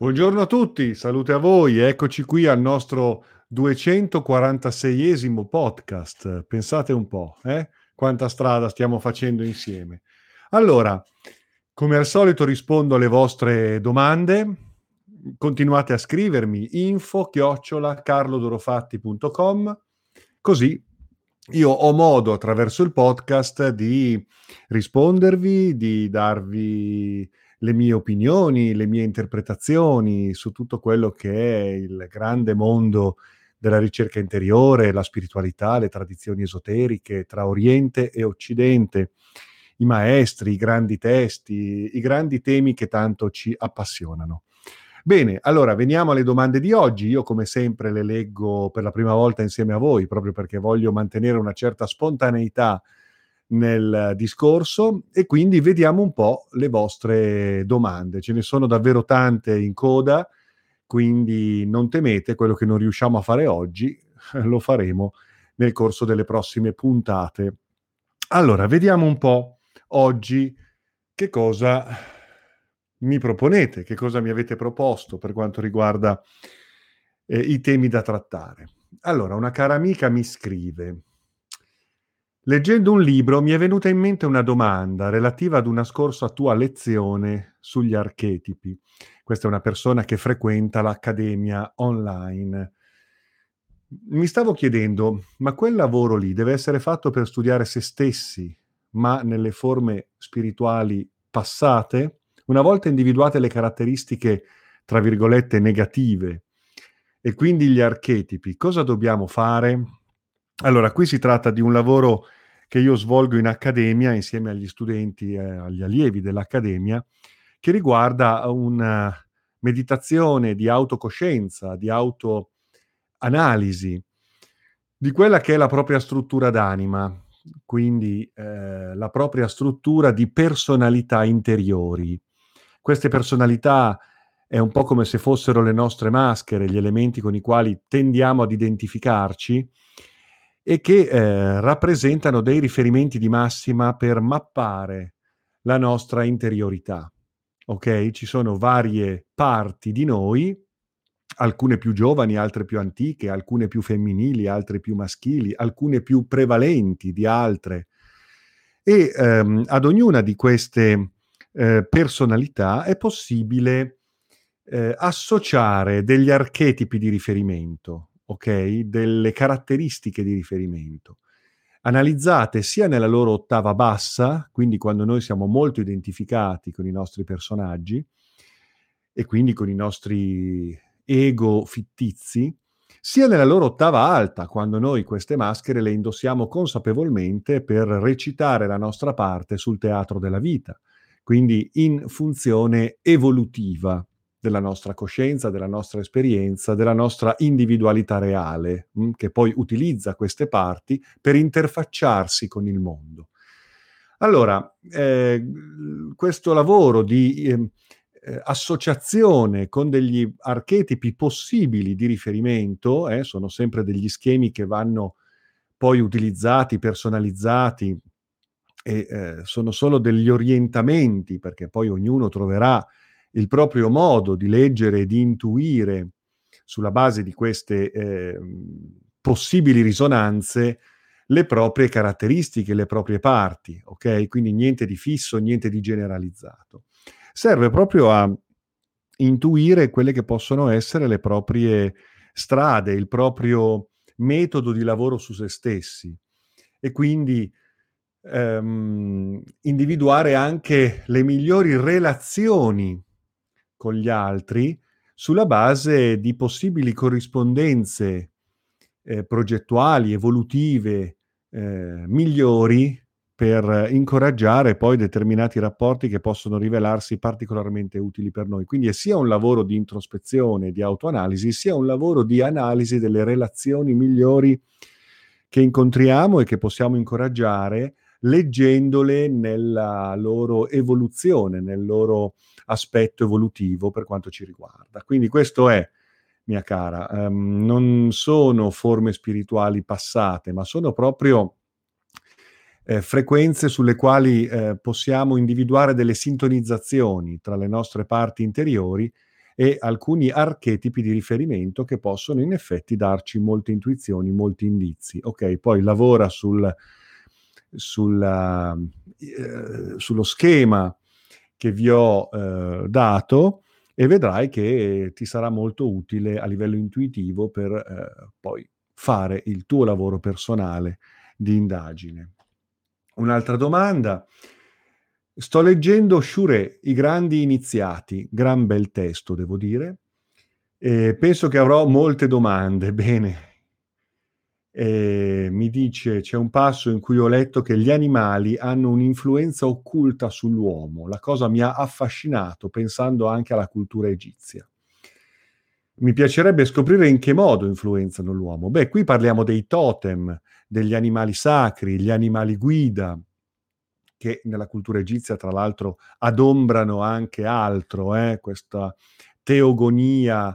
Buongiorno a tutti, salute a voi, eccoci qui al nostro 246esimo podcast. Pensate un po', quanta strada stiamo facendo insieme. Allora, come al solito rispondo alle vostre domande, continuate a scrivermi info@carlodorofatti.com, così io ho modo attraverso il podcast di rispondervi, di darvi le mie opinioni, le mie interpretazioni su tutto quello che è il grande mondo della ricerca interiore, la spiritualità, le tradizioni esoteriche tra Oriente e Occidente, i maestri, i grandi testi, i grandi temi che tanto ci appassionano. Bene, allora veniamo alle domande di oggi. Io come sempre le leggo per la prima volta insieme a voi, proprio perché voglio mantenere una certa spontaneità nel discorso e quindi vediamo un po' le vostre domande. Ce ne sono davvero tante in coda, quindi non temete, quello che non riusciamo a fare oggi lo faremo nel corso delle prossime puntate. Allora, vediamo un po' oggi che cosa mi proponete, che cosa mi avete proposto per quanto riguarda i temi da trattare. Allora, una cara amica mi scrive: leggendo un libro mi è venuta in mente una domanda relativa ad una scorsa tua lezione sugli archetipi. Questa è una persona che frequenta l'accademia online. Mi stavo chiedendo, ma quel lavoro lì deve essere fatto per studiare se stessi, ma nelle forme spirituali passate? Una volta individuate le caratteristiche, tra virgolette, negative, e quindi gli archetipi, cosa dobbiamo fare? Allora, qui si tratta di un lavoro che io svolgo in accademia insieme agli studenti e agli allievi dell'accademia, che riguarda una meditazione di autocoscienza, di autoanalisi di quella che è la propria struttura d'anima, quindi la propria struttura di personalità interiori. Queste personalità è un po' come se fossero le nostre maschere, gli elementi con i quali tendiamo ad identificarci e che rappresentano dei riferimenti di massima per mappare la nostra interiorità. Ok? Ci sono varie parti di noi, alcune più giovani, altre più antiche, alcune più femminili, altre più maschili, alcune più prevalenti di altre. E ad ognuna di queste personalità è possibile associare degli archetipi di riferimento, ok? Delle caratteristiche di riferimento, analizzate sia nella loro ottava bassa, quindi quando noi siamo molto identificati con i nostri personaggi e quindi con i nostri ego fittizi, sia nella loro ottava alta, quando noi queste maschere le indossiamo consapevolmente per recitare la nostra parte sul teatro della vita, quindi in funzione evolutiva della nostra coscienza, della nostra esperienza, della nostra individualità reale, che poi utilizza queste parti per interfacciarsi con il mondo. Allora, questo lavoro di associazione con degli archetipi possibili di riferimento, sono sempre degli schemi che vanno poi utilizzati, personalizzati, e sono solo degli orientamenti, perché poi ognuno troverà il proprio modo di leggere e di intuire sulla base di queste possibili risonanze le proprie caratteristiche, le proprie parti, ok? Quindi niente di fisso, niente di generalizzato. Serve proprio a intuire quelle che possono essere le proprie strade, il proprio metodo di lavoro su se stessi e quindi individuare anche le migliori relazioni con gli altri sulla base di possibili corrispondenze progettuali, evolutive, migliori per incoraggiare poi determinati rapporti che possono rivelarsi particolarmente utili per noi. Quindi è sia un lavoro di introspezione, di autoanalisi, sia un lavoro di analisi delle relazioni migliori che incontriamo e che possiamo incoraggiare leggendole nella loro evoluzione, nel loro aspetto evolutivo per quanto ci riguarda. Quindi questo è, mia cara, non sono forme spirituali passate, ma sono proprio frequenze sulle quali possiamo individuare delle sintonizzazioni tra le nostre parti interiori e alcuni archetipi di riferimento che possono in effetti darci molte intuizioni, molti indizi. Ok, poi lavora sullo schema che vi ho dato e vedrai che ti sarà molto utile a livello intuitivo per poi fare il tuo lavoro personale di indagine. Un'altra domanda. Sto leggendo Shure, I grandi iniziati, gran bel testo, devo dire. Penso che avrò molte domande. Bene. Mi dice, c'è un passo in cui ho letto che gli animali hanno un'influenza occulta sull'uomo. La cosa mi ha affascinato, pensando anche alla cultura egizia. Mi piacerebbe scoprire in che modo influenzano l'uomo. Beh, qui parliamo dei totem, degli animali sacri, gli animali guida, che nella cultura egizia, tra l'altro, adombrano anche altro, questa teogonia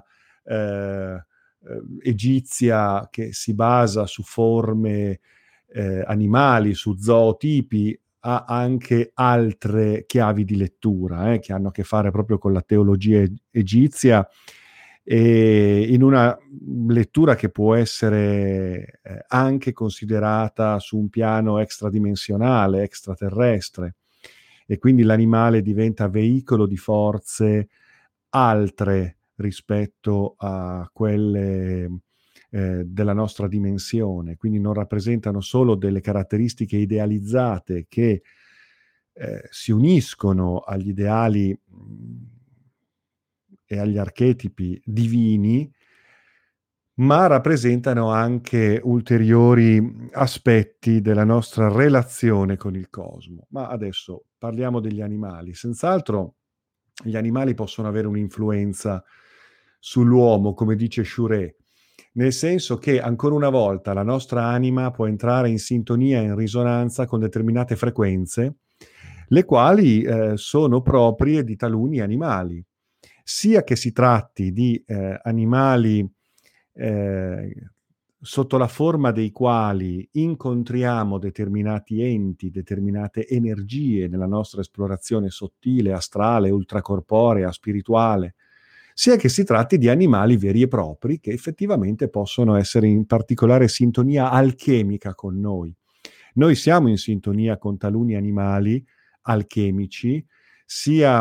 egizia che si basa su forme animali, su zootipi, ha anche altre chiavi di lettura che hanno a che fare proprio con la teologia egizia, e in una lettura che può essere anche considerata su un piano extradimensionale, extraterrestre, e quindi l'animale diventa veicolo di forze altre rispetto a quelle della nostra dimensione, quindi non rappresentano solo delle caratteristiche idealizzate che si uniscono agli ideali e agli archetipi divini, ma rappresentano anche ulteriori aspetti della nostra relazione con il cosmo. Ma adesso parliamo degli animali. Senz'altro gli animali possono avere un'influenza sull'uomo, come dice Shure, nel senso che ancora una volta la nostra anima può entrare in sintonia, in risonanza con determinate frequenze, le quali sono proprie di taluni animali, sia che si tratti di animali sotto la forma dei quali incontriamo determinati enti, determinate energie nella nostra esplorazione sottile, astrale, ultracorporea, spirituale, sia che si tratti di animali veri e propri che effettivamente possono essere in particolare sintonia alchemica con noi. Noi siamo in sintonia con taluni animali alchemici, sia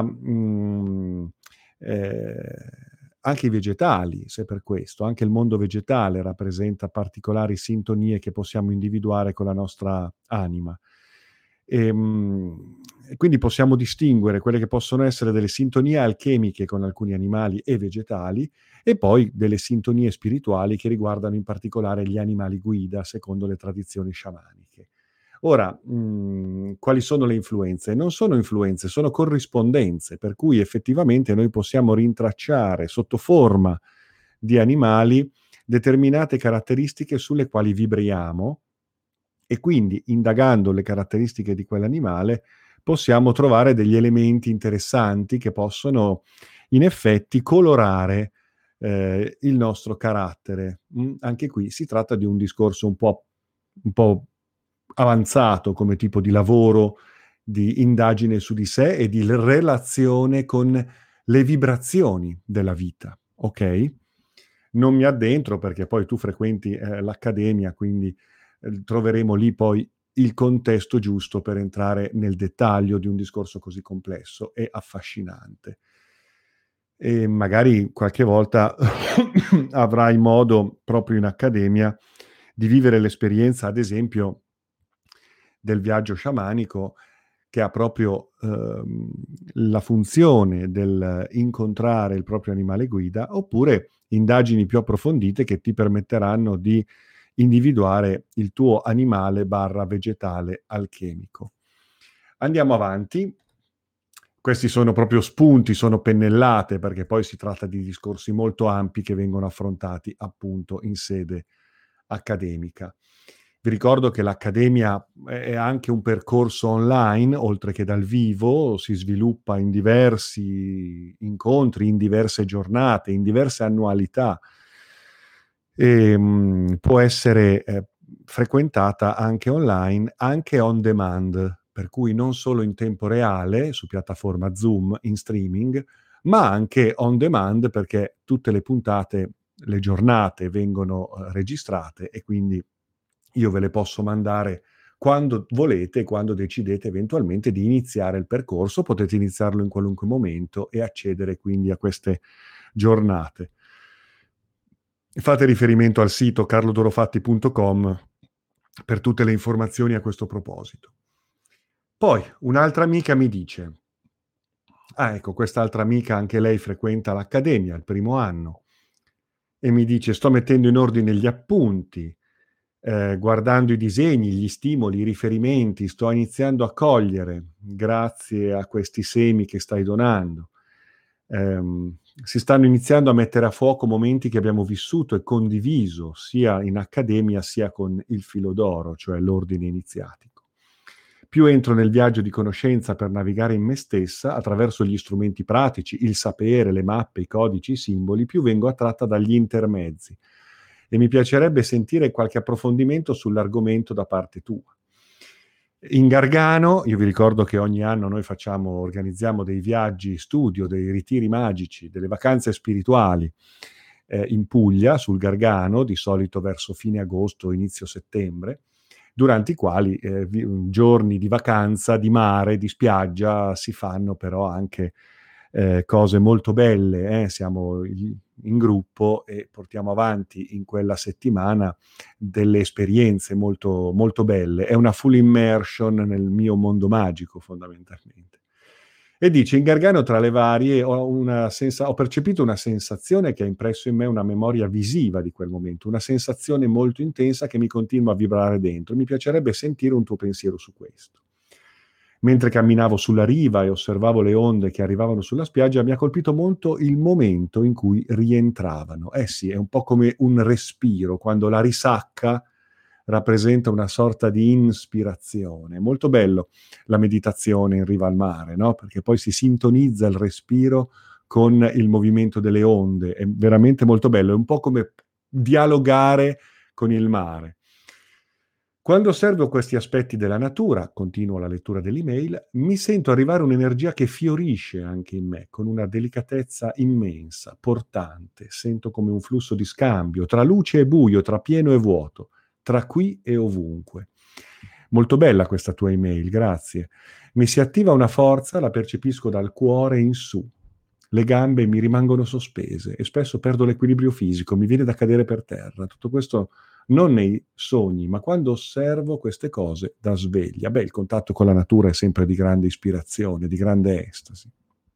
anche i vegetali, se per questo, anche il mondo vegetale rappresenta particolari sintonie che possiamo individuare con la nostra anima. E quindi possiamo distinguere quelle che possono essere delle sintonie alchemiche con alcuni animali e vegetali, e poi delle sintonie spirituali che riguardano in particolare gli animali guida, secondo le tradizioni sciamaniche. Ora, quali sono le influenze? Non sono influenze, sono corrispondenze, per cui effettivamente noi possiamo rintracciare sotto forma di animali determinate caratteristiche sulle quali vibriamo, e quindi, indagando le caratteristiche di quell'animale, possiamo trovare degli elementi interessanti che possono in effetti colorare il nostro carattere. Anche qui si tratta di un discorso un po' avanzato come tipo di lavoro, di indagine su di sé e di relazione con le vibrazioni della vita, ok? Non mi addentro perché poi tu frequenti l'accademia, quindi troveremo lì poi il contesto giusto per entrare nel dettaglio di un discorso così complesso e affascinante. E magari qualche volta avrai modo proprio in accademia di vivere l'esperienza, ad esempio, del viaggio sciamanico, che ha proprio la funzione del incontrare il proprio animale guida, oppure indagini più approfondite che ti permetteranno di individuare il tuo animale barra vegetale alchemico. Andiamo avanti. Questi sono proprio spunti, sono pennellate, perché poi si tratta di discorsi molto ampi che vengono affrontati appunto in sede accademica. Vi ricordo che l'Accademia è anche un percorso online, oltre che dal vivo, si sviluppa in diversi incontri, in diverse giornate, in diverse annualità, e può essere frequentata anche online, anche on demand, per cui non solo in tempo reale, su piattaforma Zoom, in streaming, ma anche on demand, perché tutte le puntate, le giornate vengono registrate e quindi io ve le posso mandare quando volete, quando decidete eventualmente di iniziare il percorso. Potete iniziarlo in qualunque momento e accedere quindi a queste giornate. Fate riferimento al sito carlodorofatti.com per tutte le informazioni a questo proposito. Poi un'altra amica mi dice, ecco, quest'altra amica anche lei frequenta l'accademia, il primo anno, e mi dice: sto mettendo in ordine gli appunti, guardando i disegni, gli stimoli, i riferimenti, sto iniziando a cogliere, grazie a questi semi che stai donando. Si stanno iniziando a mettere a fuoco momenti che abbiamo vissuto e condiviso, sia in accademia sia con il filo d'oro, cioè l'ordine iniziatico. Più entro nel viaggio di conoscenza per navigare in me stessa, attraverso gli strumenti pratici, il sapere, le mappe, i codici, i simboli, più vengo attratta dagli intermezzi. E mi piacerebbe sentire qualche approfondimento sull'argomento da parte tua. In Gargano, io vi ricordo che ogni anno noi organizziamo dei viaggi studio, dei ritiri magici, delle vacanze spirituali in Puglia, sul Gargano, di solito verso fine agosto, inizio settembre, durante i quali giorni di vacanza, di mare, di spiaggia, si fanno però anche cose molto belle. Siamo in gruppo e portiamo avanti in quella settimana delle esperienze molto, molto belle. È una full immersion nel mio mondo magico, fondamentalmente. E dice: in Gargano, tra le varie, ho percepito una sensazione che ha impresso in me una memoria visiva di quel momento, una sensazione molto intensa che mi continua a vibrare dentro. Mi piacerebbe sentire un tuo pensiero su questo. Mentre camminavo sulla riva e osservavo le onde che arrivavano sulla spiaggia, mi ha colpito molto il momento in cui rientravano. Sì, è un po' come un respiro, quando la risacca rappresenta una sorta di ispirazione. Molto bello la meditazione in riva al mare, no? Perché poi si sintonizza il respiro con il movimento delle onde. È veramente molto bello, è un po' come dialogare con il mare. Quando osservo questi aspetti della natura, continuo la lettura dell'email, mi sento arrivare un'energia che fiorisce anche in me, con una delicatezza immensa, portante. Sento come un flusso di scambio tra luce e buio, tra pieno e vuoto, tra qui e ovunque. Molto bella questa tua email, grazie. Mi si attiva una forza, la percepisco dal cuore in su. Le gambe mi rimangono sospese e spesso perdo l'equilibrio fisico, mi viene da cadere per terra. Tutto questo non nei sogni, ma quando osservo queste cose da sveglia. Il contatto con la natura è sempre di grande ispirazione, di grande estasi.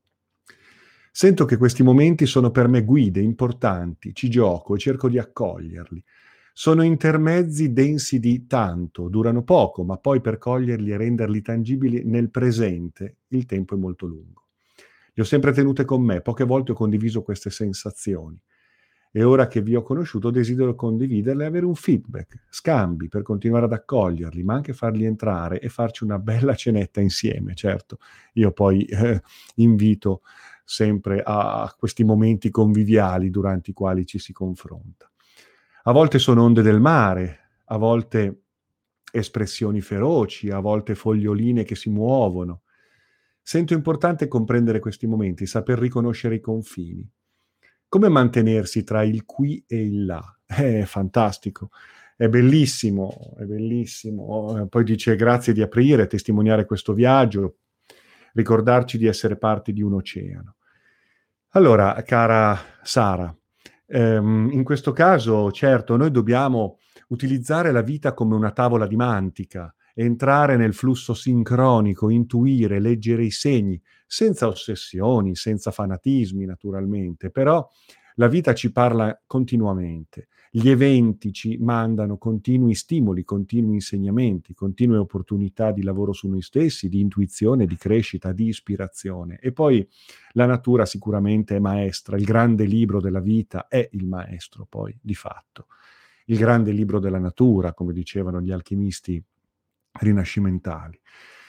Sento che questi momenti sono per me guide importanti, ci gioco e cerco di accoglierli. Sono intermezzi densi di tanto, durano poco, ma poi per coglierli e renderli tangibili nel presente il tempo è molto lungo. Le ho sempre tenute con me, poche volte ho condiviso queste sensazioni. E ora che vi ho conosciuto desidero condividerle e avere un feedback, scambi per continuare ad accoglierli, ma anche farli entrare e farci una bella cenetta insieme. Certo, io poi invito sempre a questi momenti conviviali durante i quali ci si confronta. A volte sono onde del mare, a volte espressioni feroci, a volte foglioline che si muovono. Sento importante comprendere questi momenti, saper riconoscere i confini. Come mantenersi tra il qui e il là? È fantastico, è bellissimo, è bellissimo. Poi dice: grazie di aprire, testimoniare questo viaggio, ricordarci di essere parte di un oceano. Allora, cara Sara, in questo caso, certo, noi dobbiamo utilizzare la vita come una tavola di mantica, entrare nel flusso sincronico, intuire, leggere i segni, senza ossessioni, senza fanatismi, naturalmente, però la vita ci parla continuamente. Gli eventi ci mandano continui stimoli, continui insegnamenti, continue opportunità di lavoro su noi stessi, di intuizione, di crescita, di ispirazione. E poi la natura sicuramente è maestra, il grande libro della vita è il maestro poi, di fatto. Il grande libro della natura, come dicevano gli alchimisti rinascimentali.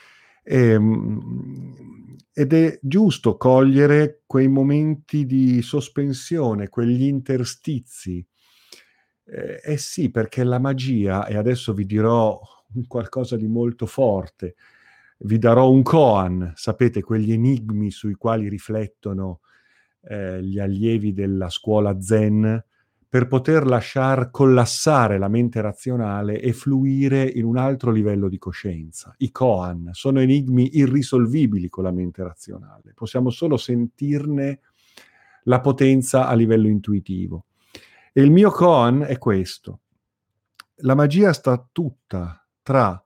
Ed è giusto cogliere quei momenti di sospensione, quegli interstizi. Sì, perché la magia, e adesso vi dirò qualcosa di molto forte, vi darò un koan, sapete, quegli enigmi sui quali riflettono gli allievi della scuola Zen, per poter lasciar collassare la mente razionale e fluire in un altro livello di coscienza. I koan sono enigmi irrisolvibili con la mente razionale, possiamo solo sentirne la potenza a livello intuitivo. E il mio koan è questo: la magia sta tutta tra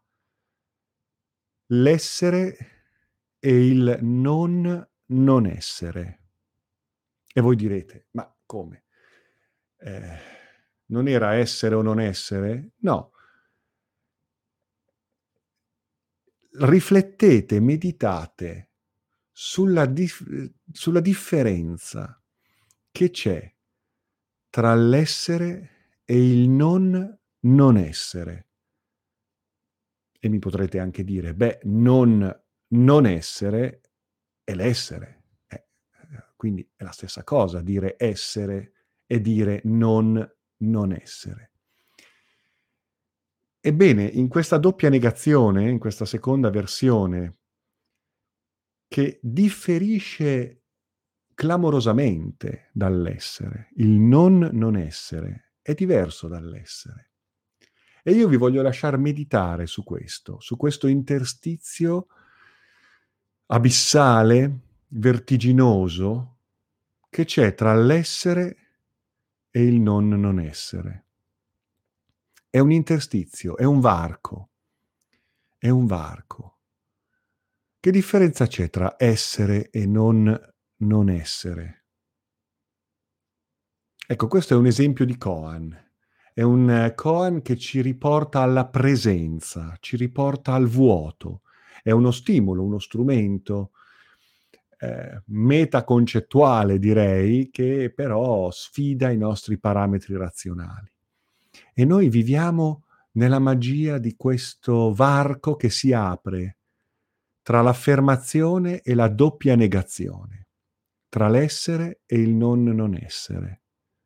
l'essere e il non essere. E voi direte, ma come? Non era essere o non essere? No. Riflettete, meditate sulla differenza che c'è tra l'essere e il non essere. E mi potrete anche dire, beh, non essere è l'essere. Quindi è la stessa cosa dire essere e dire non essere. Ebbene, in questa doppia negazione, in questa seconda versione, che differisce clamorosamente dall'essere, il non essere è diverso dall'essere. E io vi voglio lasciar meditare su questo interstizio abissale, vertiginoso, che c'è tra l'essere e il non essere. È un interstizio, è un varco. È un varco. Che differenza c'è tra essere e non essere? Ecco, questo è un esempio di koan. È un koan che ci riporta alla presenza, ci riporta al vuoto. È uno stimolo, uno strumento metaconcettuale, direi, che però sfida i nostri parametri razionali. E noi viviamo nella magia di questo varco che si apre tra l'affermazione e la doppia negazione, tra l'essere e il non essere.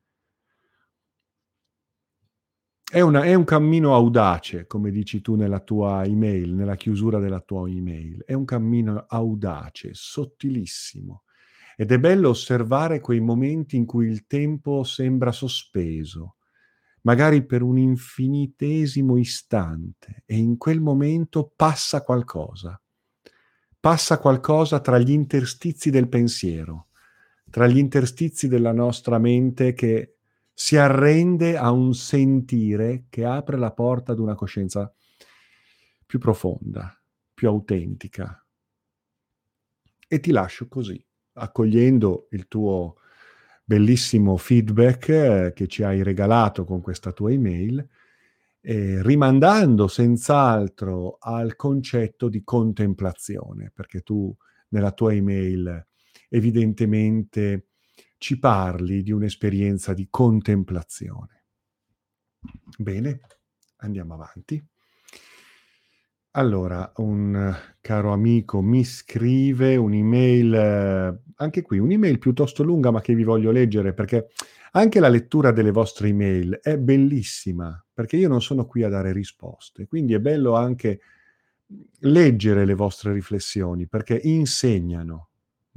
È un cammino audace, come dici tu nella tua email, nella chiusura della tua email. È un cammino audace, sottilissimo. Ed è bello osservare quei momenti in cui il tempo sembra sospeso, magari per un infinitesimo istante, e in quel momento passa qualcosa. Passa qualcosa tra gli interstizi del pensiero, tra gli interstizi della nostra mente che si arrende a un sentire che apre la porta ad una coscienza più profonda, più autentica. E ti lascio così, accogliendo il tuo bellissimo feedback che ci hai regalato con questa tua email, rimandando senz'altro al concetto di contemplazione, perché tu nella tua email evidentemente ci parli di un'esperienza di contemplazione. Bene, andiamo avanti. Allora, un caro amico mi scrive un'email, anche qui un'email piuttosto lunga, ma che vi voglio leggere perché anche la lettura delle vostre email è bellissima, perché io non sono qui a dare risposte, quindi è bello anche leggere le vostre riflessioni, perché insegnano.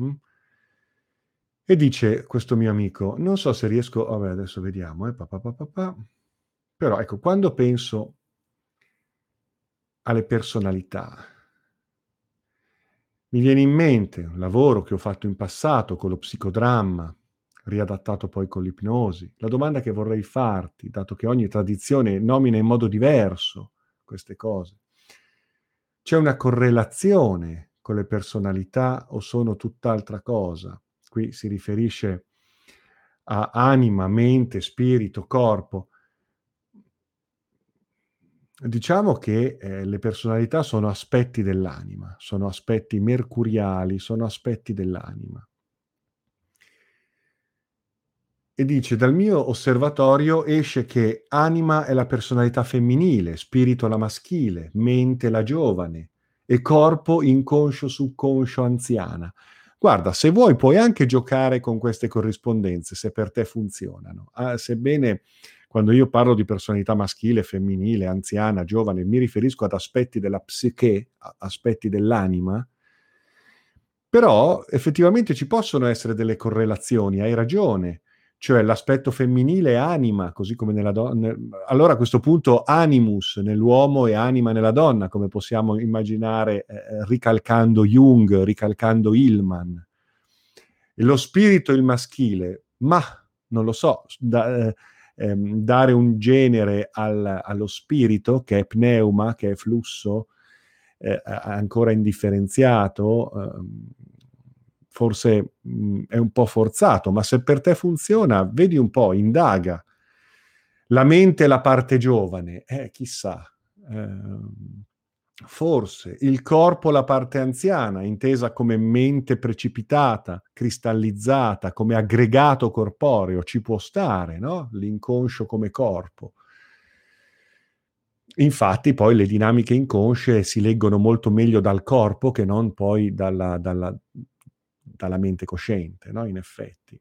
E dice questo mio amico, non so se riesco, vabbè adesso vediamo, però ecco, quando penso alle personalità, mi viene in mente un lavoro che ho fatto in passato con lo psicodramma, riadattato poi con l'ipnosi. La domanda che vorrei farti, dato che ogni tradizione nomina in modo diverso queste cose, c'è una correlazione con le personalità o sono tutt'altra cosa? Qui si riferisce a anima, mente, spirito, corpo. Diciamo che le personalità sono aspetti dell'anima, sono aspetti mercuriali, sono aspetti dell'anima. E dice, dal mio osservatorio esce che anima è la personalità femminile, spirito la maschile, mente la giovane e corpo inconscio, subconscio, anziana. Guarda, se vuoi puoi anche giocare con queste corrispondenze, se per te funzionano. Sebbene quando io parlo di personalità maschile, femminile, anziana, giovane, mi riferisco ad aspetti della psiche, aspetti dell'anima, Però effettivamente ci possono essere delle correlazioni, hai ragione, cioè l'aspetto femminile è anima, così come nella donna. Allora a questo punto animus nell'uomo e anima nella donna, come possiamo immaginare ricalcando Jung, ricalcando Hillman. E lo spirito il maschile, ma non lo so, dare un genere allo spirito che è pneuma, che è flusso, ancora indifferenziato, forse è un po' forzato, ma se per te funziona, vedi un po', indaga. La mente è la parte giovane, chissà. Forse il corpo la parte anziana, intesa come mente precipitata, cristallizzata, come aggregato corporeo, ci può stare, no? L'inconscio come corpo. Infatti poi le dinamiche inconsce si leggono molto meglio dal corpo che non poi dalla mente cosciente, no? In effetti.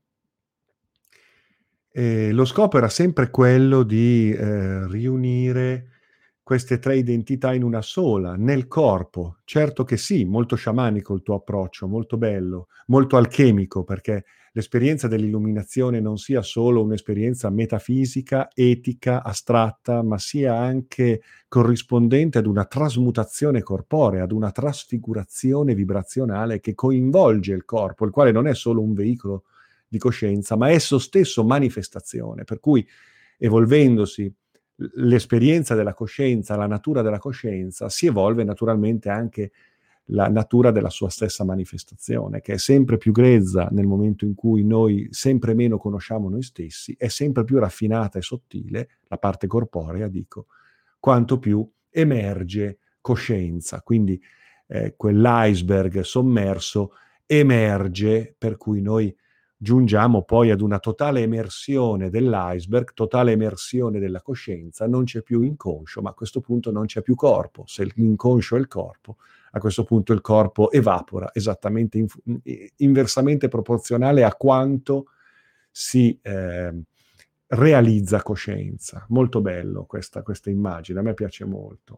E lo scopo era sempre quello di riunire queste tre identità in una sola, nel corpo. Certo che sì, molto sciamanico il tuo approccio, molto bello, molto alchemico, perché l'esperienza dell'illuminazione non sia solo un'esperienza metafisica, etica, astratta, ma sia anche corrispondente ad una trasmutazione corporea, ad una trasfigurazione vibrazionale che coinvolge il corpo, il quale non è solo un veicolo di coscienza, ma esso stesso manifestazione, per cui evolvendosi l'esperienza della coscienza, la natura della coscienza, si evolve naturalmente anche la natura della sua stessa manifestazione, che è sempre più grezza nel momento in cui noi sempre meno conosciamo noi stessi, è sempre più raffinata e sottile, la parte corporea, dico, quanto più emerge coscienza. Quindi quell'iceberg sommerso emerge, per cui noi giungiamo poi ad una totale emersione dell'iceberg, totale emersione della coscienza, non c'è più inconscio, ma a questo punto non c'è più corpo. Se l'inconscio è il corpo, a questo punto il corpo evapora, esattamente inversamente proporzionale a quanto si realizza coscienza. Molto bello questa immagine, a me piace molto.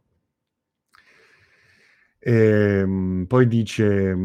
Poi dice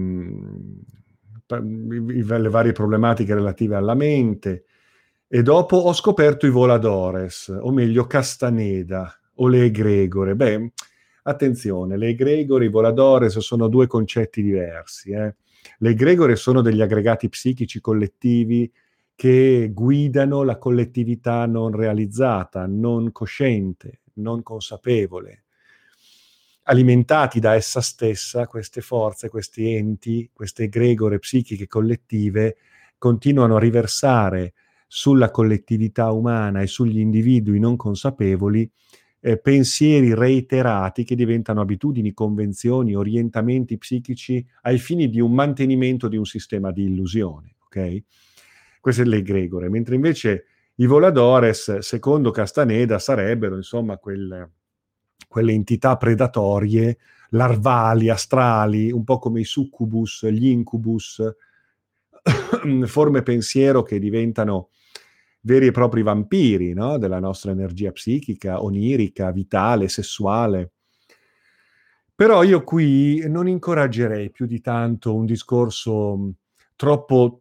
le varie problematiche relative alla mente, e dopo ho scoperto i voladores, o meglio Castaneda o le egregore. Beh, attenzione, le egregore e i voladores sono due concetti diversi. Le egregore sono degli aggregati psichici collettivi che guidano la collettività non realizzata, non cosciente, non consapevole. Alimentati da essa stessa, queste forze, questi enti, queste egregore psichiche collettive continuano a riversare sulla collettività umana e sugli individui non consapevoli pensieri reiterati che diventano abitudini, convenzioni, orientamenti psichici ai fini di un mantenimento di un sistema di illusione, ok? Queste le egregore, mentre invece i voladores, secondo Castaneda, sarebbero insomma quelle entità predatorie, larvali, astrali, un po' come i succubus, gli incubus, forme pensiero che diventano veri e propri vampiri, no? Della nostra energia psichica, onirica, vitale, sessuale. Però io qui non incoraggerei più di tanto un discorso troppo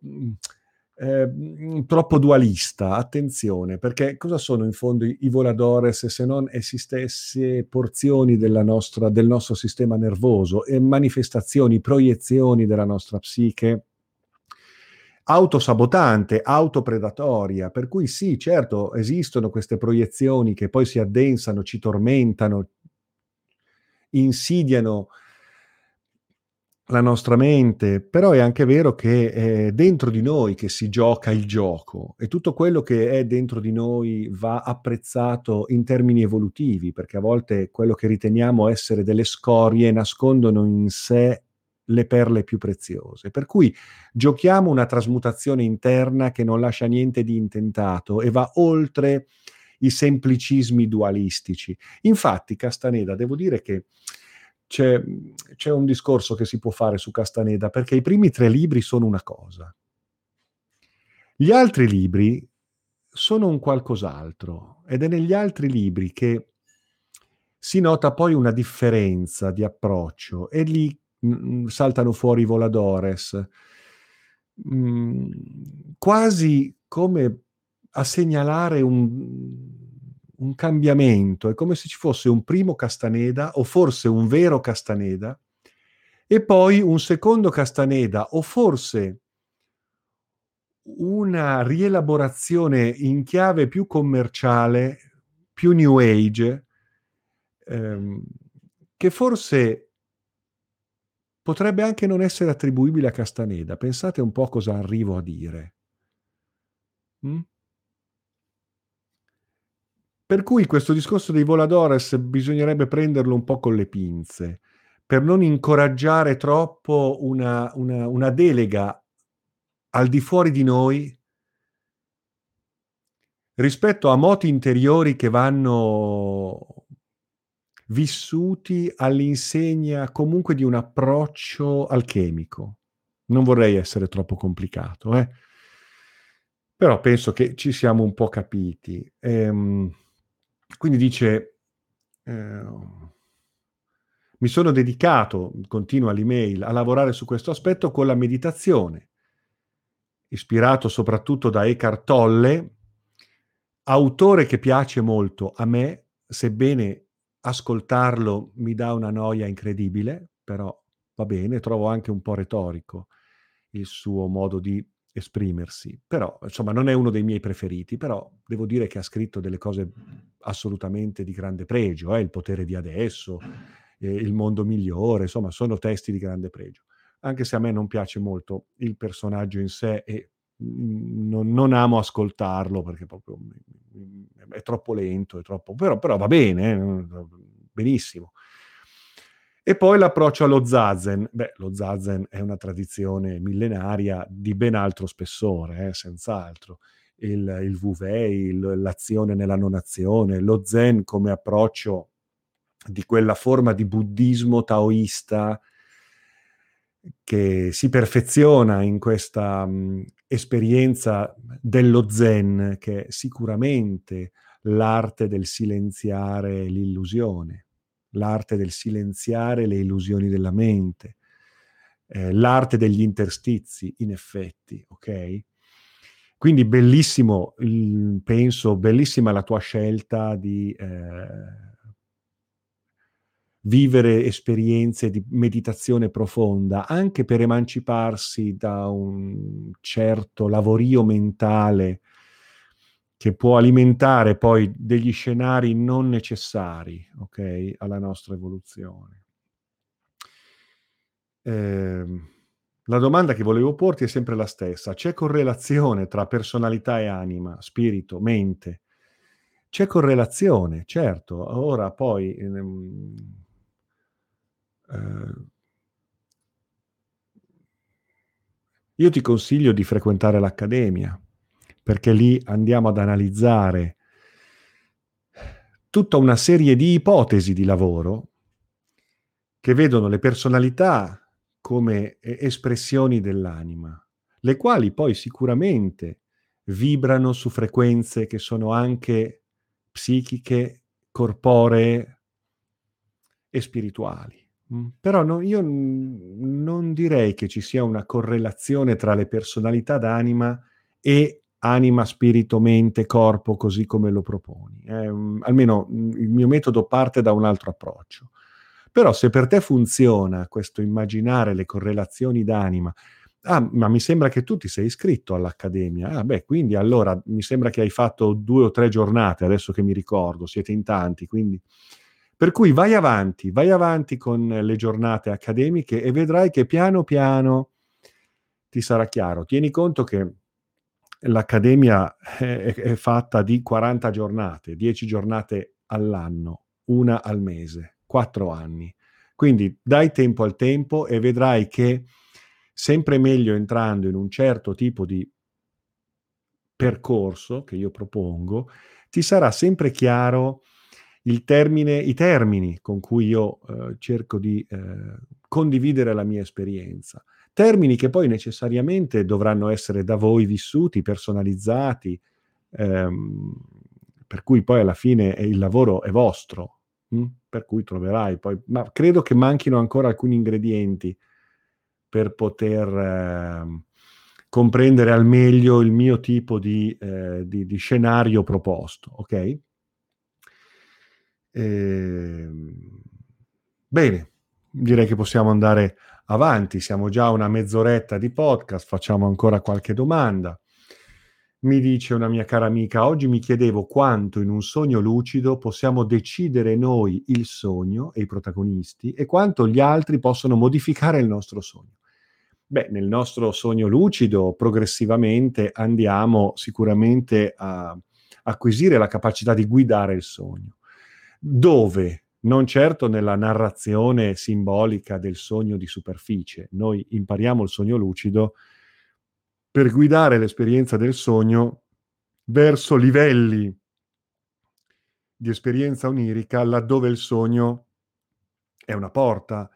dualista, attenzione, perché cosa sono in fondo i voladores se non essi stesse porzioni del nostro sistema nervoso e manifestazioni, proiezioni della nostra psiche autosabotante, autopredatoria, per cui sì, certo, esistono queste proiezioni che poi si addensano, ci tormentano, insidiano la nostra mente, però è anche vero che è dentro di noi che si gioca il gioco e tutto quello che è dentro di noi va apprezzato in termini evolutivi, perché a volte quello che riteniamo essere delle scorie nascondono in sé le perle più preziose. Per cui giochiamo una trasmutazione interna che non lascia niente di intentato e va oltre i semplicismi dualistici. Infatti, Castaneda, devo dire che c'è un discorso che si può fare su Castaneda, perché i primi 3 libri sono una cosa. Gli altri libri sono un qualcos'altro, ed è negli altri libri che si nota poi una differenza di approccio, e lì saltano fuori i voladores, quasi come a segnalare un cambiamento. È come se ci fosse un primo Castaneda, o forse un vero Castaneda, e poi un secondo Castaneda, o forse una rielaborazione in chiave più commerciale, più New Age, che forse potrebbe anche non essere attribuibile a Castaneda. Pensate un po' cosa arrivo a dire. Per cui questo discorso dei voladores bisognerebbe prenderlo un po' con le pinze, per non incoraggiare troppo una delega al di fuori di noi rispetto a moti interiori che vanno vissuti all'insegna comunque di un approccio alchemico. Non vorrei essere troppo complicato, però penso che ci siamo un po' capiti. Quindi dice, mi sono dedicato, continua l'email, a lavorare su questo aspetto con la meditazione, ispirato soprattutto da Eckhart Tolle, autore che piace molto a me, sebbene ascoltarlo mi dà una noia incredibile, però va bene, trovo anche un po' retorico il suo modo di esprimersi, però insomma non è uno dei miei preferiti, però devo dire che ha scritto delle cose assolutamente di grande pregio, Il potere di adesso, Il mondo migliore, insomma sono testi di grande pregio, anche se a me non piace molto il personaggio in sé e non amo ascoltarlo perché proprio è troppo lento, però va bene, benissimo. E poi l'approccio allo Zazen. Lo Zazen è una tradizione millenaria di ben altro spessore, senz'altro. Il Wu Wei, l'azione nella non azione, lo Zen come approccio di quella forma di buddismo taoista che si perfeziona in questa esperienza dello Zen, che è sicuramente l'arte del silenziare l'illusione, l'arte del silenziare le illusioni della mente, l'arte degli interstizi, in effetti, ok? Quindi bellissimo, penso, bellissima la tua scelta di vivere esperienze di meditazione profonda, anche per emanciparsi da un certo lavorio mentale che può alimentare poi degli scenari non necessari, ok, alla nostra evoluzione. La domanda che volevo porti è sempre la stessa. C'è correlazione tra personalità e anima, spirito, mente? C'è correlazione, certo. Ora poi io ti consiglio di frequentare l'accademia, perché lì andiamo ad analizzare tutta una serie di ipotesi di lavoro che vedono le personalità come espressioni dell'anima, le quali poi sicuramente vibrano su frequenze che sono anche psichiche, corporee e spirituali. Però io non direi che ci sia una correlazione tra le personalità d'anima e anima, spirito, mente, corpo, così come lo proponi. Almeno il mio metodo parte da un altro approccio. Però se per te funziona questo immaginare le correlazioni d'anima, ma mi sembra che tu ti sei iscritto all'Accademia, quindi allora mi sembra che hai fatto 2 o 3 giornate, adesso che mi ricordo, siete in tanti, quindi... Per cui vai avanti con le giornate accademiche e vedrai che piano piano ti sarà chiaro. Tieni conto che l'accademia è fatta di 40 giornate, 10 giornate all'anno, una al mese, 4 anni. Quindi dai tempo al tempo e vedrai che sempre meglio entrando in un certo tipo di percorso che io propongo, ti sarà sempre chiaro i termini con cui io cerco di condividere la mia esperienza. Termini che poi necessariamente dovranno essere da voi vissuti, personalizzati, per cui poi alla fine il lavoro è vostro, Per cui troverai poi, ma credo che manchino ancora alcuni ingredienti per poter comprendere al meglio il mio tipo di scenario proposto, ok? Bene, direi che possiamo andare avanti, siamo già a una mezz'oretta di podcast, facciamo ancora qualche domanda. Mi dice una mia cara amica, oggi mi chiedevo quanto in un sogno lucido possiamo decidere noi il sogno e i protagonisti e quanto gli altri possono modificare il nostro sogno. Beh, nel nostro sogno lucido progressivamente andiamo sicuramente a acquisire la capacità di guidare il sogno. Dove? Non certo nella narrazione simbolica del sogno di superficie. Noi impariamo il sogno lucido per guidare l'esperienza del sogno verso livelli di esperienza onirica laddove il sogno è una porta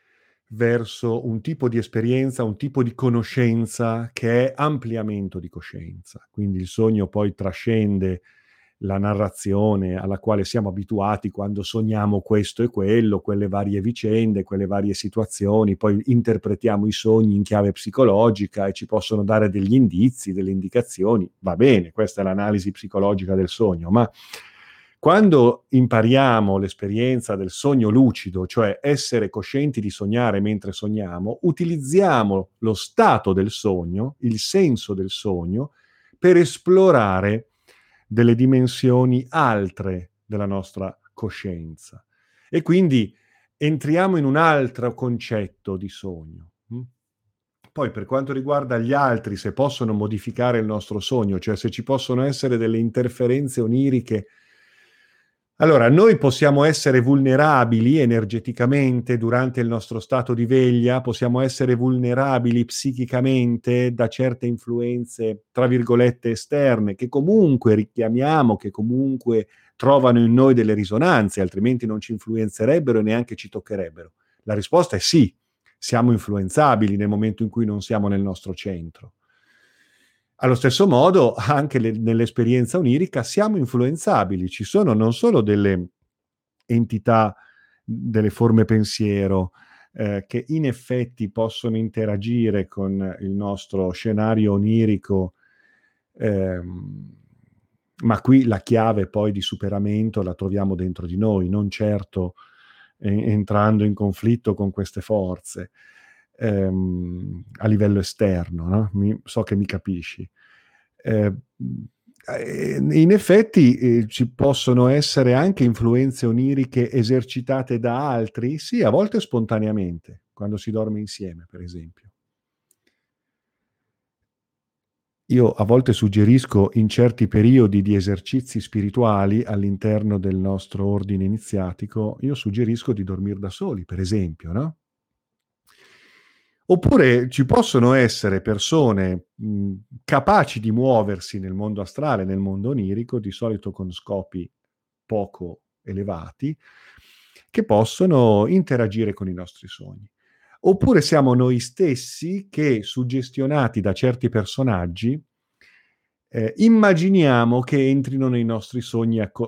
verso un tipo di esperienza, un tipo di conoscenza che è ampliamento di coscienza. Quindi il sogno poi trascende la narrazione alla quale siamo abituati quando sogniamo questo e quello, quelle varie vicende, quelle varie situazioni, poi interpretiamo i sogni in chiave psicologica e ci possono dare degli indizi, delle indicazioni. Va bene, questa è l'analisi psicologica del sogno, ma quando impariamo l'esperienza del sogno lucido, cioè essere coscienti di sognare mentre sogniamo, utilizziamo lo stato del sogno, il senso del sogno, per esplorare delle dimensioni altre della nostra coscienza. E quindi entriamo in un altro concetto di sogno. Poi per quanto riguarda gli altri, se possono modificare il nostro sogno, cioè se ci possono essere delle interferenze oniriche. Allora, noi possiamo essere vulnerabili energeticamente durante il nostro stato di veglia, possiamo essere vulnerabili psichicamente da certe influenze, tra virgolette, esterne, che comunque richiamiamo, che comunque trovano in noi delle risonanze, altrimenti non ci influenzerebbero e neanche ci toccherebbero. La risposta è sì, siamo influenzabili nel momento in cui non siamo nel nostro centro. Allo stesso modo, anche nell'esperienza onirica siamo influenzabili. Ci sono non solo delle entità, delle forme pensiero, che in effetti possono interagire con il nostro scenario onirico, ma qui la chiave poi di superamento la troviamo dentro di noi, non certo entrando in conflitto con queste forze. A livello esterno, no? So che mi capisci. In effetti ci possono essere anche influenze oniriche esercitate da altri, sì, a volte spontaneamente, quando si dorme insieme, per esempio. Io a volte suggerisco in certi periodi di esercizi spirituali all'interno del nostro ordine iniziatico, io suggerisco di dormire da soli, per esempio, no? Oppure ci possono essere persone capaci di muoversi nel mondo astrale, nel mondo onirico, di solito con scopi poco elevati, che possono interagire con i nostri sogni. Oppure siamo noi stessi che, suggestionati da certi personaggi, immaginiamo che entrino nei nostri sogni a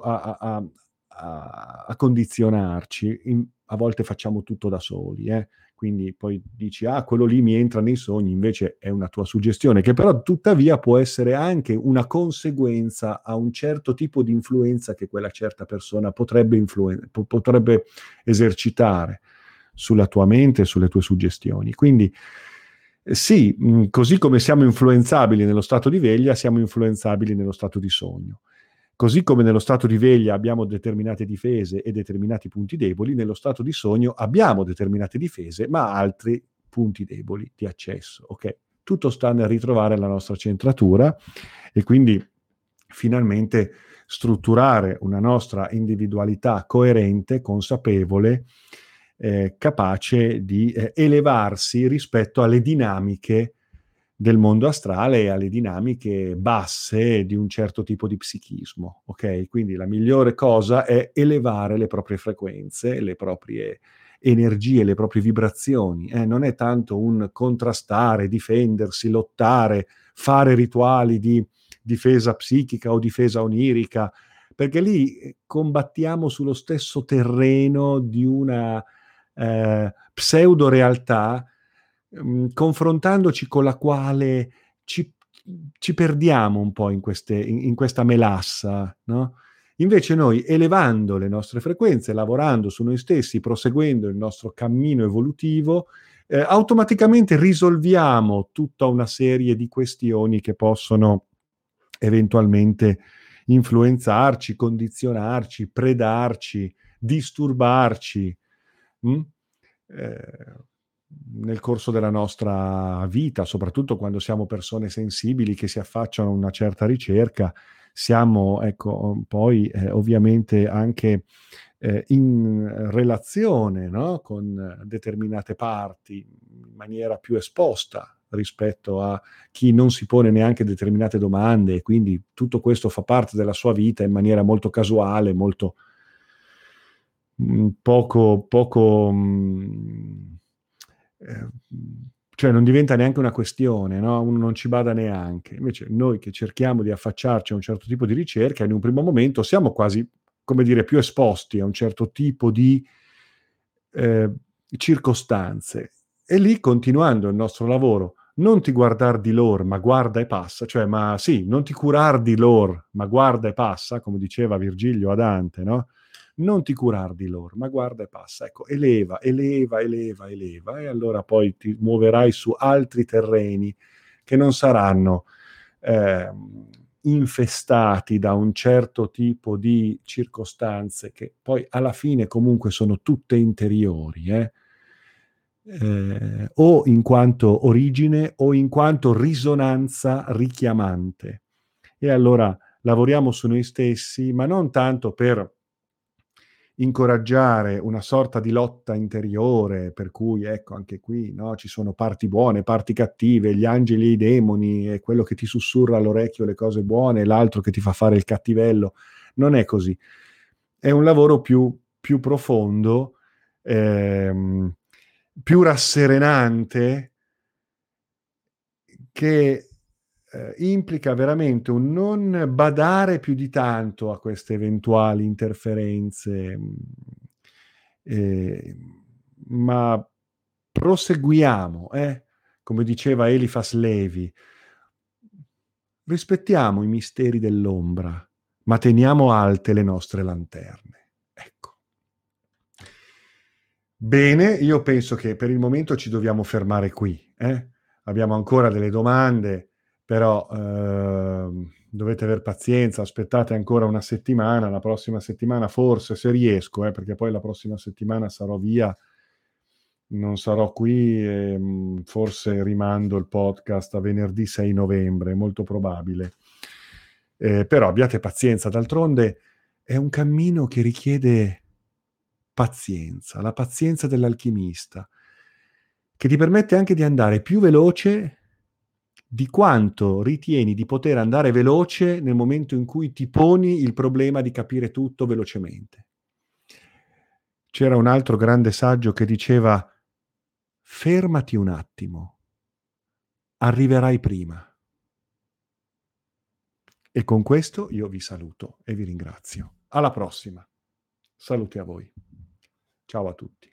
condizionarci. A volte facciamo tutto da soli, quindi poi dici, quello lì mi entra nei sogni, invece è una tua suggestione, che però tuttavia può essere anche una conseguenza a un certo tipo di influenza che quella certa persona potrebbe esercitare sulla tua mente e sulle tue suggestioni. Quindi sì, così come siamo influenzabili nello stato di veglia, siamo influenzabili nello stato di sogno. Così come nello stato di veglia abbiamo determinate difese e determinati punti deboli, nello stato di sogno abbiamo determinate difese, ma altri punti deboli di accesso. Ok? Tutto sta nel ritrovare la nostra centratura e quindi finalmente strutturare una nostra individualità coerente, consapevole, capace di elevarsi rispetto alle dinamiche del mondo astrale e alle dinamiche basse di un certo tipo di psichismo, ok? Quindi la migliore cosa è elevare le proprie frequenze, le proprie energie, le proprie vibrazioni. Non è tanto un contrastare, difendersi, lottare, fare rituali di difesa psichica o difesa onirica, perché lì combattiamo sullo stesso terreno di una pseudo realtà, confrontandoci con la quale ci, ci perdiamo un po' in questa melassa, no? Invece noi, elevando le nostre frequenze, lavorando su noi stessi, proseguendo il nostro cammino evolutivo, automaticamente risolviamo tutta una serie di questioni che possono eventualmente influenzarci, condizionarci, predarci, disturbarci, mh? Eh, nel corso della nostra vita, soprattutto quando siamo persone sensibili che si affacciano a una certa ricerca, siamo, ecco, poi ovviamente anche in relazione, no? Con determinate parti in maniera più esposta rispetto a chi non si pone neanche determinate domande e quindi tutto questo fa parte della sua vita in maniera molto casuale, molto poco, eh, cioè non diventa neanche una questione, no? Uno non ci bada neanche. Invece noi che cerchiamo di affacciarci a un certo tipo di ricerca, in un primo momento siamo quasi, come dire, più esposti a un certo tipo di eh, circostanze. E lì, continuando il nostro lavoro, non ti guardar di lor, ma guarda e passa, cioè, ma sì, non ti curar di lor, ma guarda e passa, come diceva Virgilio a Dante, no? Non ti curar di lor, ma guarda e passa. Ecco, eleva, eleva, eleva, eleva, e allora poi ti muoverai su altri terreni che non saranno eh, infestati da un certo tipo di circostanze che poi alla fine comunque sono tutte interiori, o in quanto origine o in quanto risonanza richiamante. E allora lavoriamo su noi stessi, ma non tanto per incoraggiare una sorta di lotta interiore, per cui ecco anche qui no, ci sono parti buone, parti cattive, gli angeli e i demoni, e quello che ti sussurra all'orecchio le cose buone, e l'altro che ti fa fare il cattivello. Non è così. È un lavoro più profondo, ehm, più rasserenante, che implica veramente un non badare più di tanto a queste eventuali interferenze, eh, ma proseguiamo, come diceva Eliphas Levi, rispettiamo i misteri dell'ombra, ma teniamo alte le nostre lanterne. Ecco. Bene, io penso che per il momento ci dobbiamo fermare qui. Abbiamo ancora delle domande, però dovete aver pazienza, aspettate ancora una settimana, la prossima settimana forse, se riesco, perché poi la prossima settimana sarò via, non sarò qui e forse rimando il podcast a venerdì 6 novembre, molto probabile. Però abbiate pazienza, d'altronde è un cammino che richiede pazienza, la pazienza dell'alchimista, che ti permette anche di andare più veloce di quanto ritieni di poter andare veloce nel momento in cui ti poni il problema di capire tutto velocemente. C'era un altro grande saggio che diceva: fermati un attimo, arriverai prima. E con questo io vi saluto e vi ringrazio. Alla prossima. Salute a voi. Ciao a tutti.